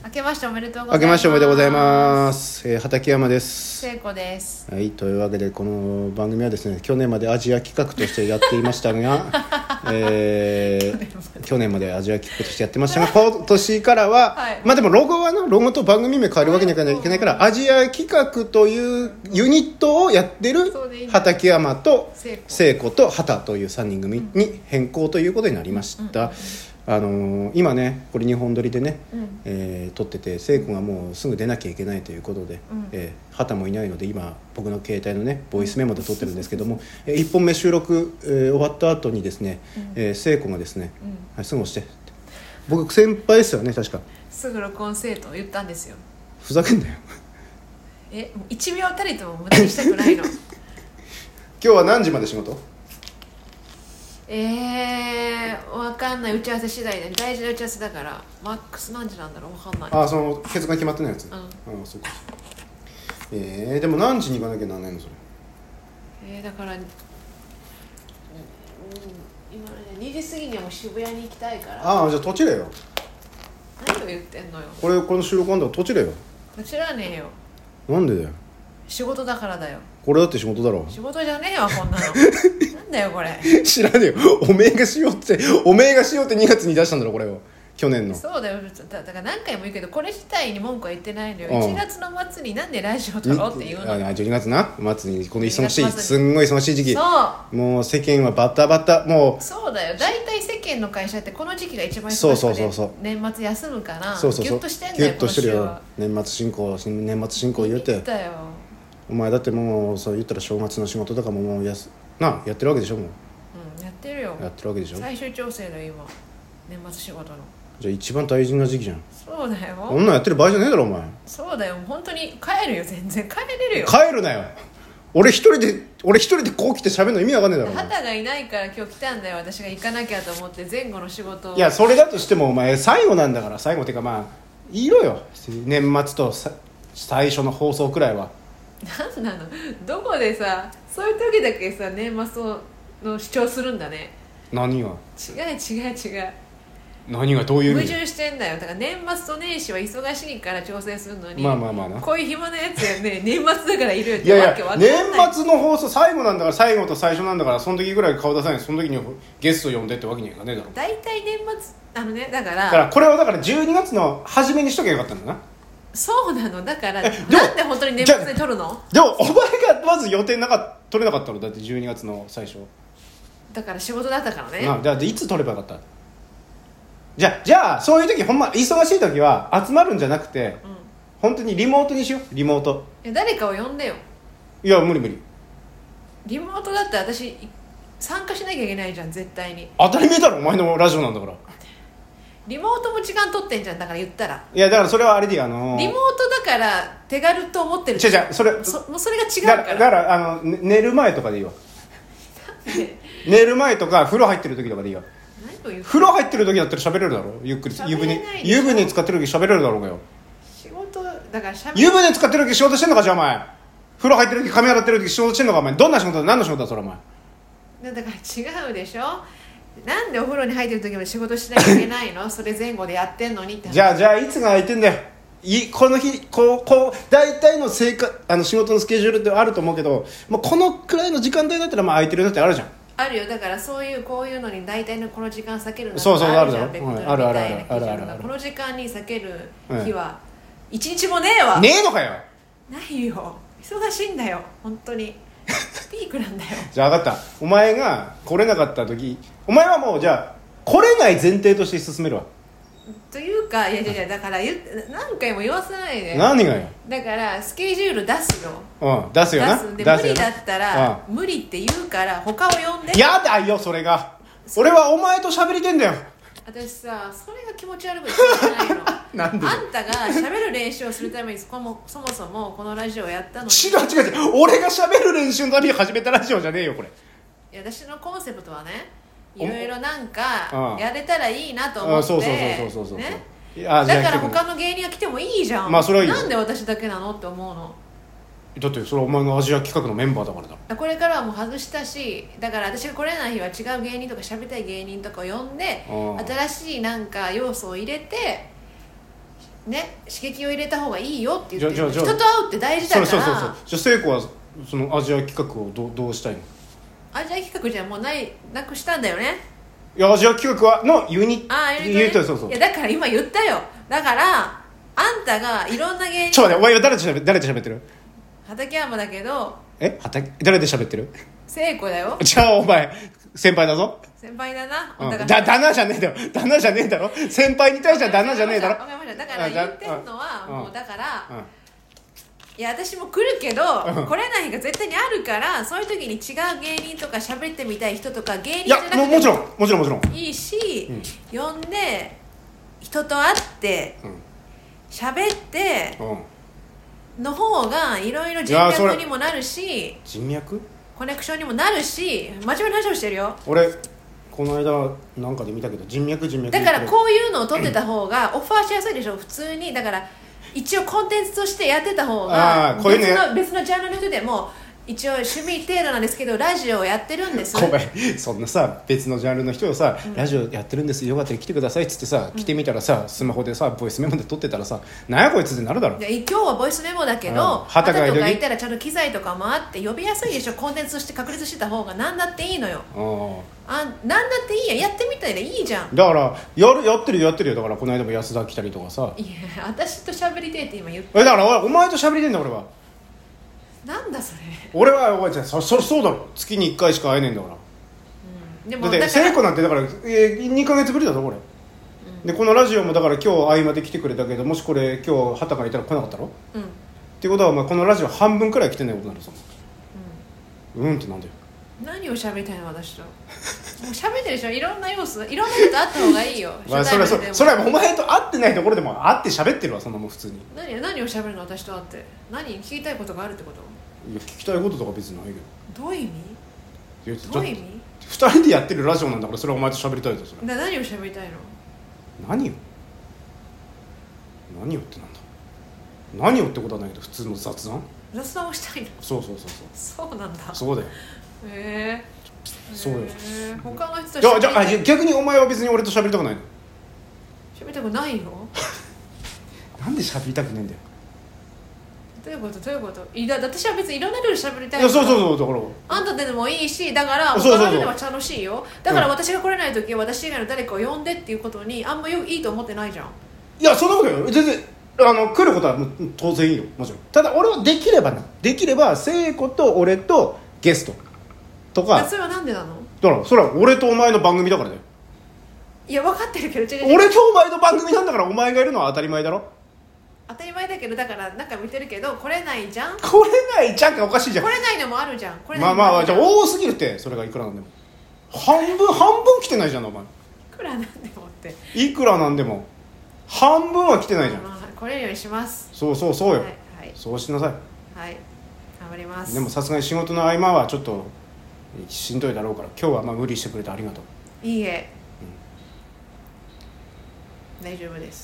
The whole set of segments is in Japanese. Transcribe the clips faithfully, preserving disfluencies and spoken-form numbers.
明けましておめでとうございます。 明けましておめでとうございます、えー、畠山です。 聖子です。 はい、というわけでこの番組はですね、去年までアジア企画としてやっていましたが、えー、去年までアジア企画としてやってましたが、今年からは、はい、まあでもロゴはな、ロゴと番組名変わるわけにはいかないから、アジア企画というユニットをやってる畠山と聖子と畑というさんにん組に変更ということになりました。うんうんうん、あのー、今ねこれにほん撮りでね、うんえー、撮ってて、聖子がもうすぐ出なきゃいけないということで、うんえー、畑もいないので今僕の携帯のねボイスメモで撮ってるんですけども、うん、いっぽんめ収録、えー、終わった後にですね、うんえー、聖子がですね、うんはい、すぐ押して、僕先輩ですよね確か。 すぐ録音せえと言ったんですよ。 ふざけんなよ。 えいちびょうたりとも無駄にしたくないの。 今日は何時まで仕事？ えー、分かんない。打ち合わせ次第で大事な打ち合わせだからマックス何時なんだろう、分かんない。 ああ、その結果決まってないやつ。うん、ああそうか。えー、でも何時に行かなきゃならないのそれ。 えー、だから、うん、今ねにじ過ぎにはもう渋谷に行きたいから。 ああ、じゃあとちれよ。 何を言ってんのよ。 これこの収録あんだからとちれよ。 とちらねえよ。 なんでだよ。 仕事だからだよ。 これだって仕事だろ。 仕事じゃねえわこんなの。なんだよこれ。 知らねえよ。おめえがしようっておめえがしようってにがつに出したんだろこれを。去年の。 そうだよ。だから何回も言うけどこれ自体に文句は言ってないのよ。いちがつの末になんでラジオ撮ろうって言うの。 あじゅうにがつな末にこの忙しいすんごい忙しい時期。 そうもう世間はバタバタもう。 そうだよ。大体世間の会社ってこの時期が一番忙しくて、そうそうそうそう年末休むからそうそうそうギュッとしてんだよ。 ギュッとしてるよ。年末進行年末進行言うて。 言ったよ。 お前だってもうそう言ったら正月の仕事とかももうやすなやってるわけでしょもう。 うんやってるよ。 やってるわけでしょ。 最終調整だよ今年末仕事の。 じゃあ一番大事な時期じゃん。 そうだよ。 こんなんやってる場合じゃねえだろお前。 そうだよ。本当に帰るよ。全然帰れるよ。 帰るなよ。俺一人で俺一人でこう来て喋るの意味わかんねえだろ。 畑がいないから今日来たんだよ。私が行かなきゃと思って前後の仕事を。 いやそれだとしてもお前最後なんだから。最後っていうかまあいいろよ。年末とさ最初の放送くらいは。 なんなの。どこでさそういう時だけさ年末の主張するんだね。 何が違う違う違う。 何がどういう意味。 矛盾してんだよ。だから年末と年始は忙しいから調整するのに、 まあまあまあな、 こういう暇なやつやね年末だからいるよっいやいやてわけわかんない。 年末の放送最後なんだから最後と最初なんだからその時ぐらい顔出さないとその時にゲスト呼んでってわけにはいかねえだろ。 大体年末あのねだからだからこれをだからじゅうにがつの初めにしときゃよかったんだな。 そうなの。だからなんで本当に年末で撮るの。 でもお前がまず予定なか取れなかったのだってじゅうにがつの最初だから仕事だったからね。 なだっていつ取ればよかった。じゃあじゃあそういう時ほんま忙しい時は集まるんじゃなくて、うん、本当にリモートにしよう。リモート。 え誰かを呼んでよ。 いや無理無理。 リモートだって私参加しなきゃいけないじゃん絶対に。 当たり前だろお前のラジオなんだから。 リモートも時間取ってんじゃん。だから言ったらいやだからそれはあれでよ、あのー、 リモートだから手軽と思ってる。 違う違うそれそもうそれが違うから。 だからあの、ね、寝る前とかでいいわ。寝る前とか風呂入ってる時とかでいいわ。風呂入ってる時だったら喋れるだろゆっくり。湯船湯船使ってる時喋れるだろうがよ。 仕事だから喋湯船使ってる時仕事してんのかじゃあお前。風呂入ってる時髪洗ってる時仕事してんのかお前。どんな仕事だ何の仕事だそれお前。 だから違うでしょ。なんでお風呂に入ってる時も仕事しなきゃいけないの。それ前後でやってんのにって話。 じゃあじゃあいつが空いてんだよ。いこの日こうこう大体の生活あの仕事のスケジュールってあると思うけど、もうこのくらいの時間帯だったらまあ空いてるのってあるじゃん。 あるよ。だからそういうこういうのに大体のこの時間避けるのそうそうあるだろ。 あるあるあるあるあるある。この時間に避ける日は一日もねえわ。 ねえのかよ。 ないよ。忙しいんだよ本当に。ピークなんだよ。 じゃあ分かった。お前が来れなかった時お前はもうじゃあ来れない前提として進めるわ。 というかいやいやいやだから何回も言わせないで。 何がよ。 だからスケジュール出すよ。 うん出すよな。 出すんで無理だったら、うん、無理って言うから他を呼んで。 やだよそれが。俺はお前と喋りてんだよ。 私さそれが気持ち悪くてしょうがないの。 なんであんたが喋る練習をするためにそもそもそもこのラジオをやったのに。 違う違う違う。俺が喋る練習のために始めたラジオじゃねえよこれ。 いや私のコンセプトはねいろいろなんかやれたらいいなと思って。 そうそうそうそうそうね。 だから他の芸人が来てもいいじゃん。 まあそれはいいよ。 なんで私だけなのって思うの。 だってそれはお前のアジア企画のメンバーだからだ。 これからはもう外したし、だから私が来れない日は違う芸人とか喋りたい芸人とかを呼んで新しいなんか要素を入れてね、刺激を入れた方がいいよって言ってじゃる。人と会うって大事だから。 そうそうそうそう。じゃあ聖子はそのアジア企画をどうどうしたいの？ アジア企画じゃもうないなくしたんだよね。 いやアジア企画はのユニあユニット、ね、 ユニットそうそう。 いやだから今言ったよ。だからあんたがいろんな芸人。 ちょっと待ってお前は誰としゃべ誰と喋ってる？ 畠山だけど。 え畑誰で喋ってる？ 聖子だよ。 じゃあお前先輩だぞ。 先輩だな。 うん、だ旦那じゃねえだろ。旦那じゃねえだろ。先輩に対しては旦那じゃねえだろ。 わかりました。だから言ってんのはもうだから、 うん、 いや私も来るけど、うん、来れない日が絶対にあるからそういう時に違う芸人とか喋ってみたい人とか芸人じゃなくてももちろんもちろんもちろんいいし、うん、呼んで人と会って喋、うん、って、うん、の方がいろいろ人脈にもなるし人脈コネクションにもなるし真面目な話をしてるよ。 俺この間なんかで見たけど人脈人脈だからこういうのを取ってた方がオファーしやすいでしょ普通に。だから一応コンテンツとしてやってた方が別の、ね、別のジャンルの人でも一応趣味程度なんですけどラジオをやってるんです。 ごめんそんなさ別のジャンルの人をさ、うん、ラジオやってるんですよかったら来てくださいっつってさ、うん、来てみたらさスマホでさボイスメモで撮ってたらさなんやこいつってなるだろ。 いや今日はボイスメモだけど旗とかいたらちゃんと機材とかもあって呼びやすいでしょ。コンテンツとして確立してた方が何だっていいのよ。あ何だっていいややってみたらいいじゃん。 だからやるやってるよやってるよ。だからこの間も安田来たりとかさ。 いや私と喋りてえって今言ってえだからお前と喋りてんだ俺は。 なんだそれ。 俺はお前じゃそそそうだろ月にいっかいしか会えねえんだから、うん、でもだって聖子なんてだから、えー、にかげつぶりだぞこれ、うん、でこのラジオもだから今日合間で来てくれたけどもしこれ今日畑がいたら来なかったろ、うん、っていうことはお前このラジオ半分くらい来てないことになるぞ。うん、うんってなんだよ。 何を喋りたいの私と。もう喋ってるでしょいろんな要素いろんな人と会った方がいいよ。 まあ、それはそれそれはお前と会ってないところでも会って喋ってるわそんなもん普通に。 何何を喋るの私と会って。何聞きたいことがあるってこと。 いや聞きたいこととか別にないけど。どういう意味。 いやどういう意味。 ふたりでやってるラジオなんだからそれはお前と喋りたいぞそれ。 な何を喋りたいの。 何を何をってなんだ。何をってことはないけど普通の雑談雑談をしたいの。 そうそうそうそうそうなんだ。 そうだよ。 へえー、 そうよ。 えー、他の人とじゃあじゃあ逆にお前は別に俺と喋りたくないの。 喋りたくないよ。 なんで喋りたくねえんだよ。 どういうことどういうこと。いや私は別にいろんな人と喋りたい。 いやそうそうそうだからあんたでもいいしだから他の人では楽しいよ。だから私が来れない時は私以外の誰かを呼んでっていうことにあんまよいいと思ってないじゃん。 いやそんなことよ全然あの来ることは当然いいよもちろん。ただ俺はできればなできれば聖子と俺とゲストとか。 それはなんでなの。 だからそれは俺とお前の番組だからだよ。 いや分かってるけど違う違う俺とお前の番組なんだからお前がいるのは当たり前だろ。 当たり前だけどだからなんか見てるけど来れないじゃん。 来れないじゃんかおかしいじゃん。 来れないのもあるじゃん。来れないまあまあじゃあ多すぎるってそれがいくらなんでも半分半分来てないじゃんお前。いくらなんでもっていくらなんでも半分は来てないじゃん。 来れるようにします。 そうそうそうよ、はいはい、 そうしなさい。 はい頑張ります。 でもさすがに仕事の合間はちょっとしんどいだろうから今日はまあ無理してくれてありがとう。 いいえ、うん、大丈夫です。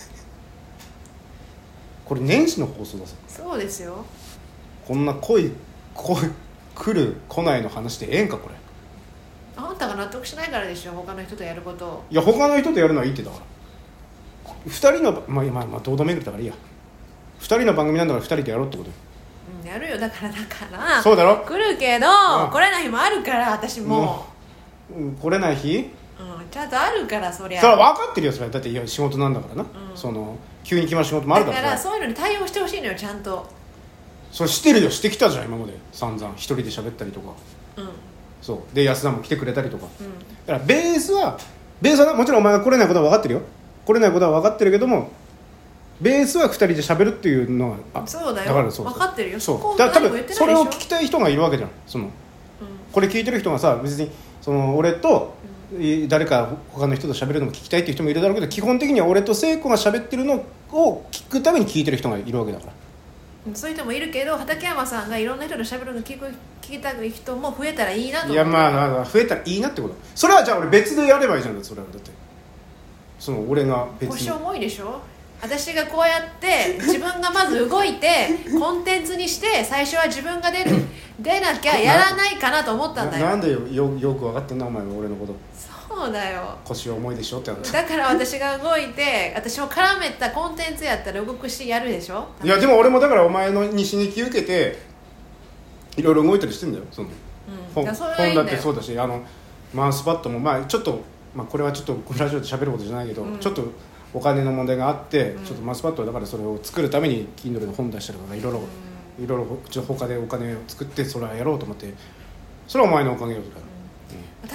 これ年始の放送だぞ。 そうですよ。 こんな濃い濃い来る来ないの話でええんかこれ。 あんたが納得しないからでしょ他の人とやることを。 いや他の人とやるのはいいってだからふたりのまあまあまあどうでもいいんだからいいや。ふたりの番組なんだからふたりでやろうってことよ。 うんやるよだからだからそうだろ。 来るけど、うん、来れない日もあるから私も、 うん、来れない日、 うん、ちゃんとあるからそりゃ。 それは分かってるよそれはだっていや仕事なんだからな、うん、その急に決まる仕事もあるから。 だからそういうのに対応してほしいのよちゃんと。 それしてるよしてきたじゃん今まで散々一人で喋ったりとか、うん、そうで安田も来てくれたりとか、うん、だからベースはベースはもちろんお前が来れないことは分かってるよ来れないことは分かってるけどもベースはふたりで喋るっていうのはそうだよだからそうそう分かってるよ。 そうだから多分それを聞きたい人がいるわけじゃんその、うん、これ聞いてる人がさ別にその俺と、うん、誰か他の人と喋るのも聞きたいっていう人もいるだろうけど基本的には俺と聖子が喋ってるのを聞くために聞いてる人がいるわけだから。 そういう人もいるけど畠山さんがいろんな人と喋るの聞く聞きたい人も増えたらいいなと思う。 いやまあまあ増えたらいいなってこと。それはじゃあ俺別でやればいいじゃん。それはだってその俺が別に腰重いでしょ。私がこうやって自分がまず動いてコンテンツにして最初は自分が出る出なきゃやらないかなと思ったんだよ。 な, なんで よ, よ, よく分かってんなお前は俺のこと。 そそうだよ、 腰重いでしょってなって。 だから私が動いて私も絡めたコンテンツやったら動くしやるでしょ。 いやでも俺もだからお前のに刺激受けていろいろ動いたりしてんだよ。その、 うん、 本, それはいいんだよ。 本だってそうだし、あのマウスパッドもまあちょっと、まあ、これはちょっとラジオで喋ることじゃないけど、うん、ちょっとお金の問題があって、うん、ちょっとマウスパッドはだからそれを作るために Kindle で本出したりとかいろいろ、いろいろ他でお金を作ってそれはやろうと思って、それはお前のおかげよ。だから、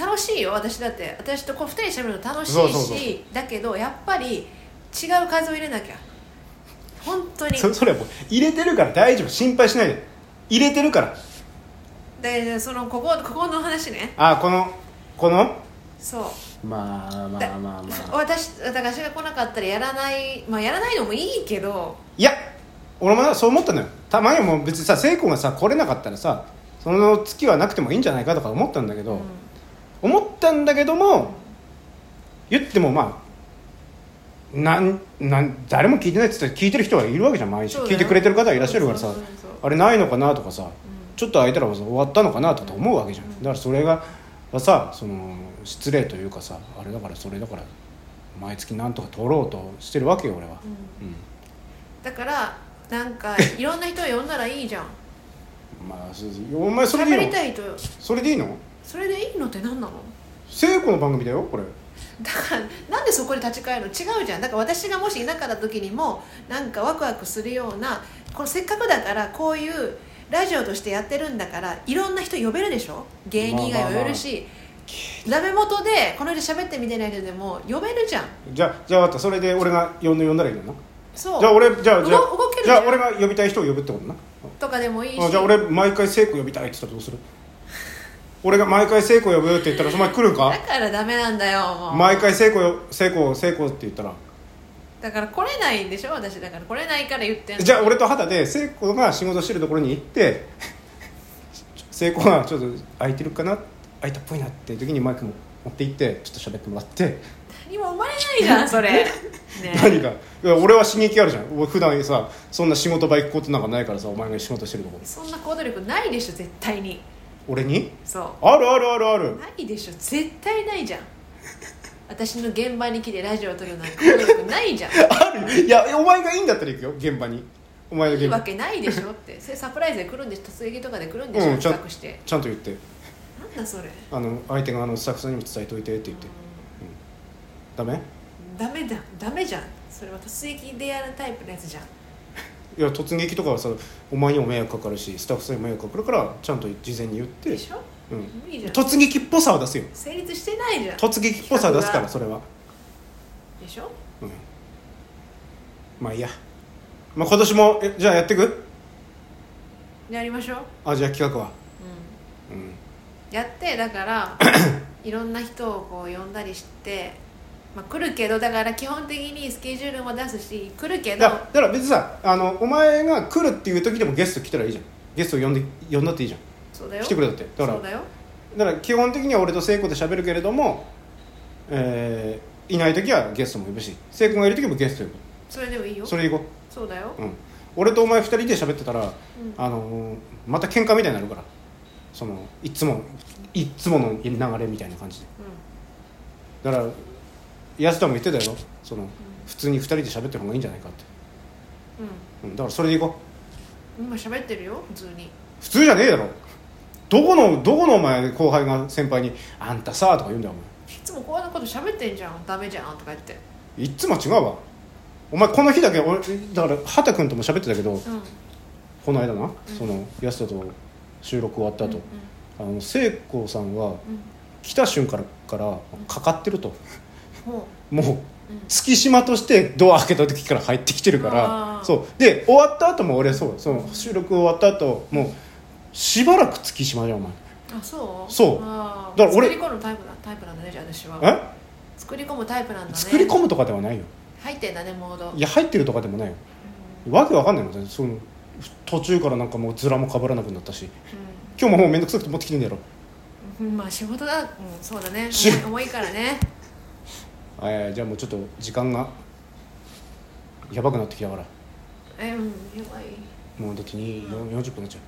うん、楽しいよ。私だって私とこうふたりしゃべるの楽しいし、そうそうそう、だけどやっぱり違う数を入れなきゃ本当にそ, それはもう入れてるから大丈夫、心配しないで。入れてるからで、そのここここの話ね。 あ、このこのそうまあまあまあまあ私だから私が来なかったらやらない、まあやらないのもいいけど、 いや俺もそう思ったのよ。たまにも別にさ、聖子がさ来れなかったらさその月はなくてもいいんじゃないかとか思ったんだけど、うん、思ったんだけども言ってもまあなんなん誰も聞いてないって言ったら聞いてる人はいるわけじゃん。毎日聞いてくれてる方はいらっしゃるからさ、あれないのかなとかさ、うん、ちょっと空いたら終わったのかなとか思うわけじゃん。だからそれがさ、その失礼というかさ、あれだからそれだから毎月なんとか取ろうとしてるわけよ俺は、うんうん、 だからなんかいろんな人を呼んだらいいじゃんまあお前それでいいの？ 喋りたい人それでいいの？ それでいいのって何なの？ 聖子の番組だよこれ。 だからなんでそこで立ち返るの？違うじゃん。だから私がもしいなかった時にもなんかワクワクするような、これせっかくだからこういうラジオとしてやってるんだからいろんな人呼べるでしょ。芸人が呼べるし、まあまあまあ、ダメ元でこの人喋ってみてない人でも呼べるじゃん。 じゃあじゃあ分かった、それで俺が呼んで呼んだらいいのな。 そうじゃあ俺じゃあじゃあ動けるじゃあ俺が呼びたい人を呼ぶってことなとかでもいいし。 じゃあ俺毎回聖子呼びたいって言ったらどうする？俺が毎回聖子呼ぶって言ったらお前来るか？ だからダメなんだよもう。 毎回聖子聖子聖子って言ったらだから来れないんでしょ私。だから来れないから言ってんの。 じゃあ俺と肌で聖子が仕事してるところに行って聖子がちょっと空いてるかな、空いたっぽいなっていう時にマイクも持って行ってちょっと喋ってもらって。 何も生まれないじゃんそれ、ね、 何かいや俺は刺激あるじゃん。俺普段さそんな仕事場行くことなんかないからさ、お前が仕事してるところそんな行動力ないでしょ絶対に。 俺に？ そうあるあるあるある。 ないでしょ絶対ないじゃん私の現場に来てラジオを撮るなんか行動力ないじゃんある。いやお前がいいんだったら行くよ現場に。お前の現場いいわけないでしょってそれサプライズで来るんでしょ、突撃とかで来るんでしょ、 うん、 企画してちゃんと言って、 なんだそれ、 あの相手側のスタッフさんにも伝えといてって言って、うん、ダメ？ ダメだダメじゃんそれは突撃でやるタイプのやつじゃん。 いや突撃とかはさお前にも迷惑かかるしスタッフさんにも迷惑かかるからちゃんと事前に言って。 でしょ、うん、無理じゃん。 突撃っぽさを出すよ。 成立してないじゃん。 突撃っぽさを出すからそれはでしょ、 うん、まあいいや、まあ、今年もえじゃあやっていく？ やりましょう。 アジア企画は、 うんうん、やってだからいろんな人をこう呼んだりして、まあ、来るけどだから基本的にスケジュールも出すし来るけど、 だだから別にさあのお前が来るっていう時でもゲスト来たらいいじゃん。ゲスト呼んで呼んだっていいじゃん。 そうだよ、 来てくれたってだからそうだよ。 だから基本的には俺と聖子で喋るけれども、えー、いない時はゲストも呼ぶし聖子がいる時もゲスト呼ぶ。 それでもいいよ。 それでいこう。そうだよ、 うん、俺とお前ふたりで喋ってたら、うん、あのー、また喧嘩みたいになるからそのいつもいつもの流れみたいな感じで、うん、だから安田も言ってたよその、うん、普通にふたりで喋ってる方がいいんじゃないかって、うんうん、だからそれでいこう。今喋ってるよ普通に。 普通じゃねえだろ。どこのどこのお前後輩が先輩にあんたさとか言うんだよお前。 いつもこんなこと喋ってんじゃんダメじゃんとか言って。 いつも違うわお前。この日だけ俺だから畑君とも喋ってたけど、うん、この間な、うん、その安田と収録終わった後、うんうん、あの聖子さんは、うん、来た瞬間からかかってると、うん、もう、うん、月島としてドア開けた時から入ってきてるからそうで終わった後も俺そうその収録終わった後もうしばらく月島じゃんお前。 あそうそうあだから俺作り込むタイプだタイプなんだねじゃあ私は。 え作り込むタイプなんだね。 作り込むとかではないよ。 入ってんだねモード。 いや入ってるとかでもないよ、うん、わけわかんないのその途中からなんかもうズラもかぶらなくなったし、うん、今日ももうめんどくさくて持ってきてんだやろ、 うん、まあ仕事だ、うん、そうだね重いからねえー、じゃあもうちょっと時間がやばくなってきたからえうんやばいもうだってに、うん、よんじゅっぷんになっちゃ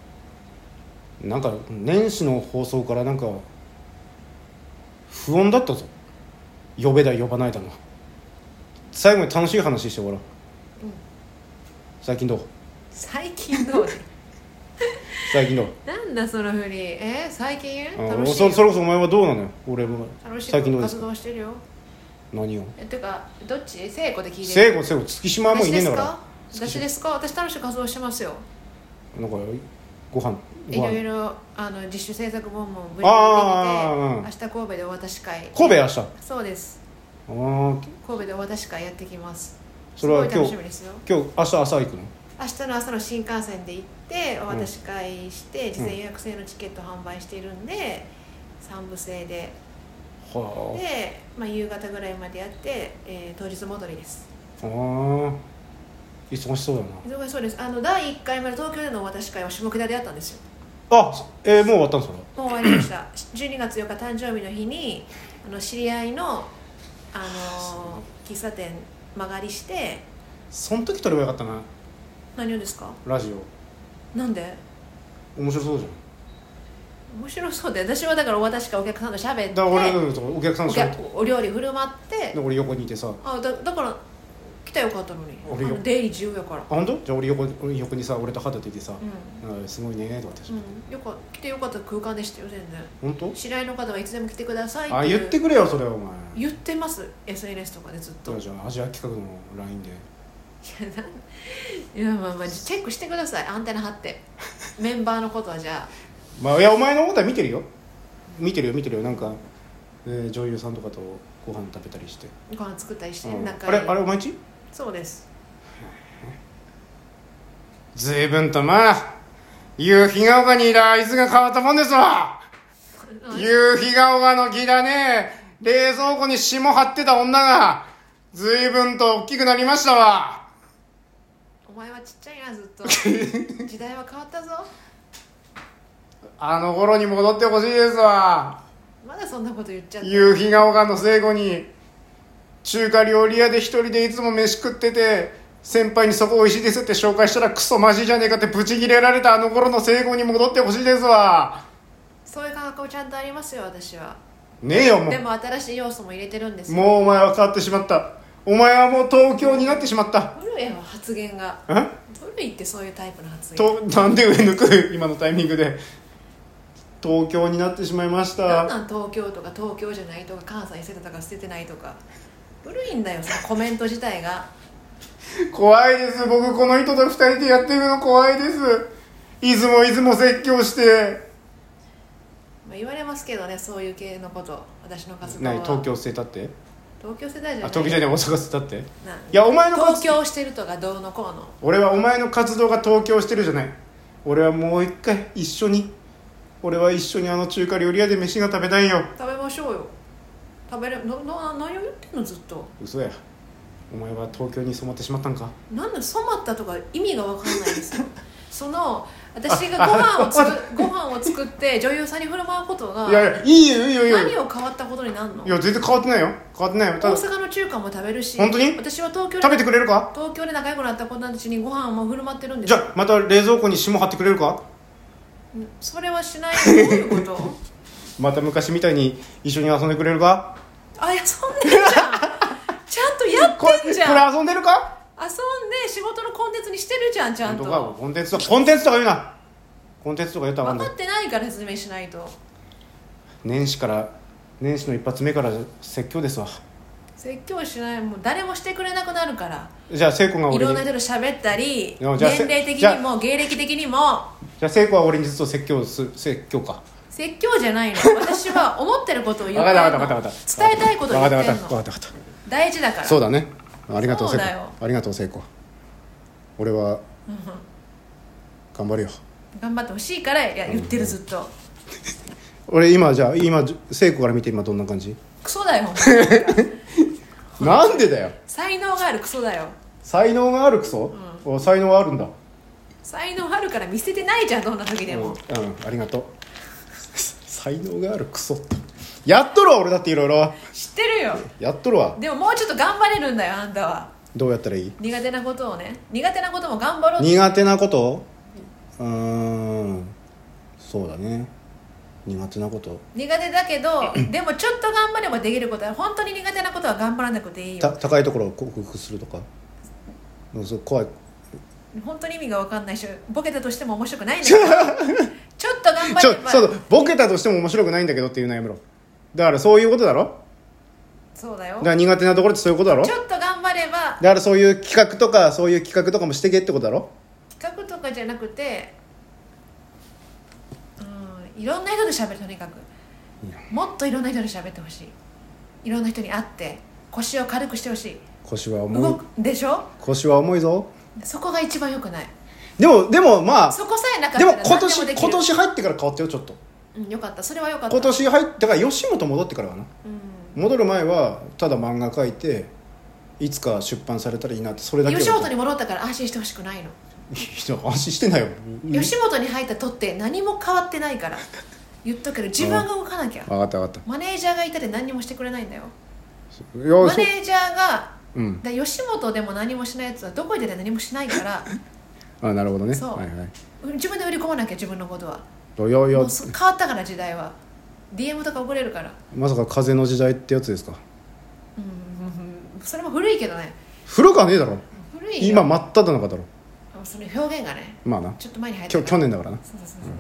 う。なんか年始の放送からなんか不穏だったぞ呼べだ呼ばないだの。最後に楽しい話してごらん、うん、最近どう最近どう最近どうなんだそのふり。えー、最近楽しい。そ, それこそお前はどうなのよ。俺も楽しい最近どうですか。活動してるよ。 何をえってかどっち聖子で聞いてる。 聖子聖子月島はもういねえんだから。 私ですか。私楽しく活動してますよ。 なんかご飯いろいろあの自主制作本も無理にできて、明日神戸でお渡し会。 神戸明日。 そうです。 あ神戸でお渡し会やってきます。 それは今日すごい楽しみですよ。 今日明日朝行くの。 明日の朝の新幹線で行ってお渡し会して、うん、事前予約制のチケット販売しているんで、うん、さん部制で、はあ、で、まあ、夕方ぐらいまでやって、えー、当日戻りです。 ああ忙しそうだな。 忙しそうです。あのだいいっかいめの東京でのお渡し会は下北でやったんですよ。 あ、えー、もう終わったんですか。 もう終わりましたじゅうにがつよっか誕生日の日にあの知り合いの、あのー、喫茶店間借りして。 その時撮ればよかったな。 何をですか。 ラジオ。 なんで。 面白そうじゃん。 面白そうで、私はだからお渡し会お客さんと喋って、 だから俺お客さんと喋ってお, お料理振る舞って俺横にいてさ。 あ だ, だから来たらよかったのに。俺よ出入り自由やから。あ本当。じゃあ俺 横, 俺横にさ俺と肌といてさ、うん、すごいねとかって、 うん、よか来てよかった空間でしたよ全然。 本当。 知り合いの方はいつでも来てくださいって。 あ言ってくれよそれはお前。 言ってます エスエヌエス とかでずっと。 じゃあアジア企画の ライン で。 いやまあまあチェックしてください。アンテナ張ってメンバーのことは。じゃあまあいやお前のことは見てるよ見てるよ見てるよなんか、えー、女優さんとかとご飯食べたりしてご飯作ったりして、 うん、 仲あれあれお前んち。 そうです。 随分とまあ夕日が丘にいたあいつが変わったもんですわ。夕日が丘の木だね冷蔵庫に霜張ってた女が随分と大きくなりましたわ。 お前はちっちゃいなずっと時代は変わったぞ。 あの頃に戻ってほしいですわ。 まだそんなこと言っちゃった。 夕日が丘の聖子に中華料理屋で一人でいつも飯食ってて先輩にそこ美味しいですって紹介したらクソマジじゃねえかってブチギレられたあの頃の聖子に戻ってほしいですわ。 そういう感覚もちゃんとありますよ私は。 ねえよもう。 でも新しい要素も入れてるんですよ。 もうお前は変わってしまった。お前はもう東京になってしまった。 古いよ発言が。古いってそういうタイプの発言となんで上抜く今のタイミングで。東京になってしまいました。 なんなん東京とか東京じゃないとか関西捨てたとか捨ててないとか古いんだよそのコメント自体が。 怖いです僕この人と二人でやってるの怖いです。出雲出雲説教して、 まあ、言われますけどねそういう系のこと私の活動は。 何東京捨てたって。 東京世代じゃない。 あ東京じゃない大阪捨てたって。いやお前の東京してるとかどうのこうの。 俺はお前の活動が東京してるじゃない。俺はもう一回一緒に俺は一緒にあの中華料理屋で飯が食べたいよ。 食べましょうよ。食べれなな何を言ってんのずっと。 嘘や。お前は東京に染まってしまったんか。 なんだ染まったとか意味が分かんないですよその私がご飯を作ご飯を作って女優さんに振る舞うことがいやいやいいよいいよいいよ何を変わったことになるの。 いや全然変わってないよ変わってないよ。 大阪の中華も食べるし。 本当に私は東京で食べてくれるか。 東京で仲良くなった子たちにご飯も振る舞ってるんですよ。じゃあまた冷蔵庫に霜張ってくれるか。 それはしないよ。どういうことまた昔みたいに一緒に遊んでくれるか。 あ遊んでるじゃんちゃんとやってんじゃん。 これ遊んでるか。 遊んで仕事のコンテンツにしてるじゃんちゃんと。 コンテンツとかコンテンツとか言うな。コンテンツとか言ったら分かってないから説明しないと。 年始から年始の一発目から説教ですわ。 説教しない。もう誰もしてくれなくなるから。 じゃあ聖子が俺にいろんな人と喋ったり年齢的にも芸歴的にも。 じゃあ聖子は俺にずっと説教す説教か。 説教じゃないの。私は思ってることを言ってんの。伝えたいことを言ってんの。 分かった分かった大事だから。 そうだね。ありがとう聖子。 ありがとう聖子。俺は、うん、頑張るよ。頑張ってほしいからいや言ってるずっと、うん、 俺今じゃあ今聖子から見て今どんな感じ。 クソだよなんでだよ。 才能があるクソだよ。 才能があるクソ、うん、才能あるんだ。 才能あるから見せてないじゃんどんな時でも。 うん、うん、ありがとう才能があるクソってやっとるわ俺だっていろいろ知ってるよ。 やっとるわ。 でももうちょっと頑張れるんだよあんたは。 どうやったらいい。 苦手なことをね苦手なことも頑張ろう。 苦手なことうーんそうだね苦手なこと苦手だけどでもちょっと頑張ればできることは本当に苦手なことは頑張らなくていいよ。 た高いところを克服するとかそう怖い。 本当に意味が分かんないしボケたとしても面白くないんだけどちょっと頑張ればちょそうボケたとしても面白くないんだけどっていうのやめろ。だからそういうことだろ。 そうだよ。 だから苦手なところってそういうことだろ。 ちょっと頑張ればだからそういう企画とかそういう企画とかもしてけってことだろ。 企画とかじゃなくて、うん、いろんな人で喋る。とにかくもっといろんな人で喋ってほしい。いろんな人に会って腰を軽くしてほしい。 腰は重い。 動くでしょ。 腰は重いぞ。 そこが一番良くない。 でもでもまあそこさえなかったらでも今年今年入ってから変わったよちょっと。 うん、よかった。それはよかった。 今年入ってから吉本戻ってからかな、 うん、 戻る前はただ漫画描いていつか出版されたらいいなってそれだけ。 吉本に戻ったから安心してほしくないの。 安心してないよ。 吉本に入ったとって何も変わってないから言っとくけど自分が動かなきゃ。 分かった分かった。 マネージャーがいたで何もしてくれないんだよ。 マネージャーが、うん、だ吉本でも何もしないやつはどこに出て何もしないからあ、なるほどね。 そう、 はいはい、 自分で売り込まなきゃ自分のことは。 いやいや変わったから時代は ディーエム とか送れるから。 まさか風の時代ってやつですか。 うん、それも古いけどね。 古かねえだろ。 古いよ。 今真っ只中だろ。 その表現がね、 まあな、 ちょっと前に入った去年だからな。 そうそうそうそう、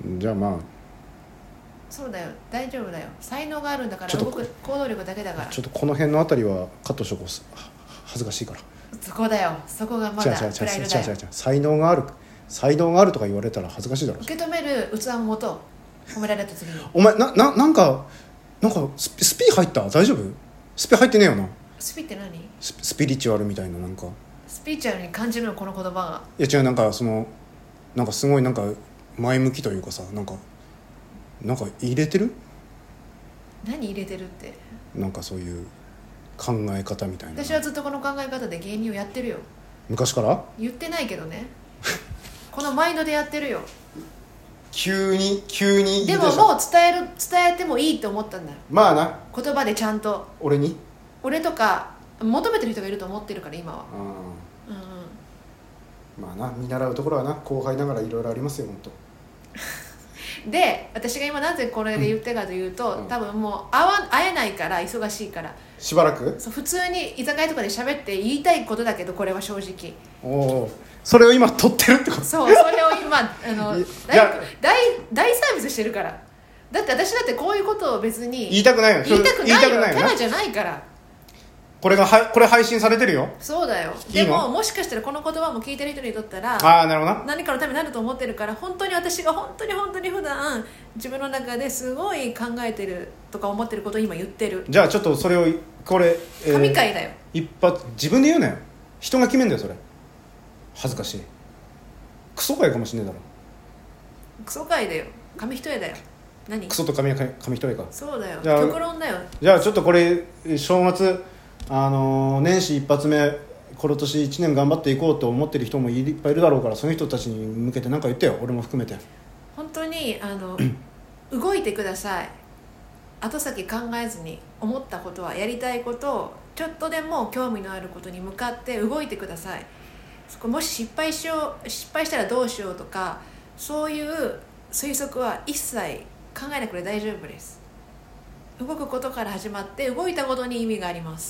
うん、じゃあまあそうだよ、大丈夫だよ。才能があるんだから動く行動力だけだから。 ちょっとこの辺のあたりはカットしとこう。恥ずかしいから。 そこだよ、そこがまだプライドだよ。 才能がある才能があるとか言われたら恥ずかしいだろ。 受け止める器も持とう。褒められた次にお前な、な、なんかなんかスピ、スピ入った？大丈夫？スピ入ってねえよな。 スピって何？ ス、スピリチュアルみたいな。なんかスピリチュアルに感じるのこの言葉が。 いや違う、なんかそのなんかすごいなんか前向きというかさ、なんかなんか入れてる？ 何入れてるって？ なんかそういう考え方みたいな。 私はずっとこの考え方で芸人をやってるよ。 昔から？ 言ってないけどねこのマインドでやってるよ。 急に急にでももう伝える伝えてもいいと思ったんだよ。 まあな、 言葉でちゃんと俺に俺とか求めてる人がいると思ってるから今は。うんうん、まあな、見習うところはな、後輩ながらいろいろありますよ本当で、私が今なぜこれで言ってるかというと、うん、多分もう会わ会えないから忙しいからしばらくそう普通に居酒屋とかで喋って言いたいことだけど、これは正直おお、それを今撮ってるってこと？ そう、それを今あの大, 大, 大サービスしてるから。だって私だってこういうことを別に言いたくないよ。 言いたくないよ、キャラじゃないから。 これがはこれ配信されてるよ。 そうだよ。でももしかしたらこの言葉も聞いてる人にとったらあ、なるほどな、 何かのためになると思ってるから、本当に私が本当に本当に普段自分の中ですごい考えてるとか思ってることを今言ってる。 じゃあちょっとそれをこれ、 えー、神回だよ。 一発自分で言うなよ。人が決めんだよそれ。恥ずかしい。クソ回かもしんねえだろ。 クソ回だよ。紙一重だよ。何？ クソと紙は紙一重か。 そうだよ。極論だよ。 じゃあちょっとこれ正月、あのー、年始一発目、この年いちねん頑張っていこうと思ってる人もいっぱいいるだろうから、その人たちに向けて何か言ってよ。俺も含めて。 本当にあの動いてください。後先考えずに、思ったことはやりたいことをちょっとでも興味のあることに向かって動いてください。そこもし失敗しよう失敗したらどうしようとか、そういう推測は一切考えなくて大丈夫です。動くことから始まって動いたことに意味があります。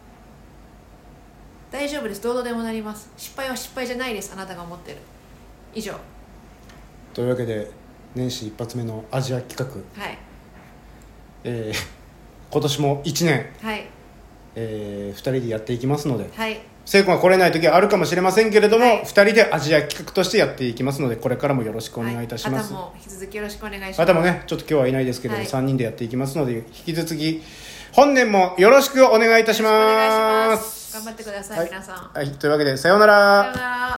大丈夫です。どうでもなります。失敗は失敗じゃないです。あなたが思ってる以上。 というわけで年始一発目のアジア企画、 はい、 えー、今年もいちねん、 はい、 えー、ふたりでやっていきますので、 はい、 聖子が来れない時はあるかもしれませんけれども、 はい、 ふたりでアジア企画としてやっていきますので、これからもよろしくお願いいたします。 はい、あとも引き続きよろしくお願いします。 あともね、ちょっと今日はいないですけれども、 はい、 さんにんでやっていきますので、引き続き本年もよろしくお願いいたします。 頑張ってください、 はい、 皆さん。 はい、というわけでさようなら。 さようなら。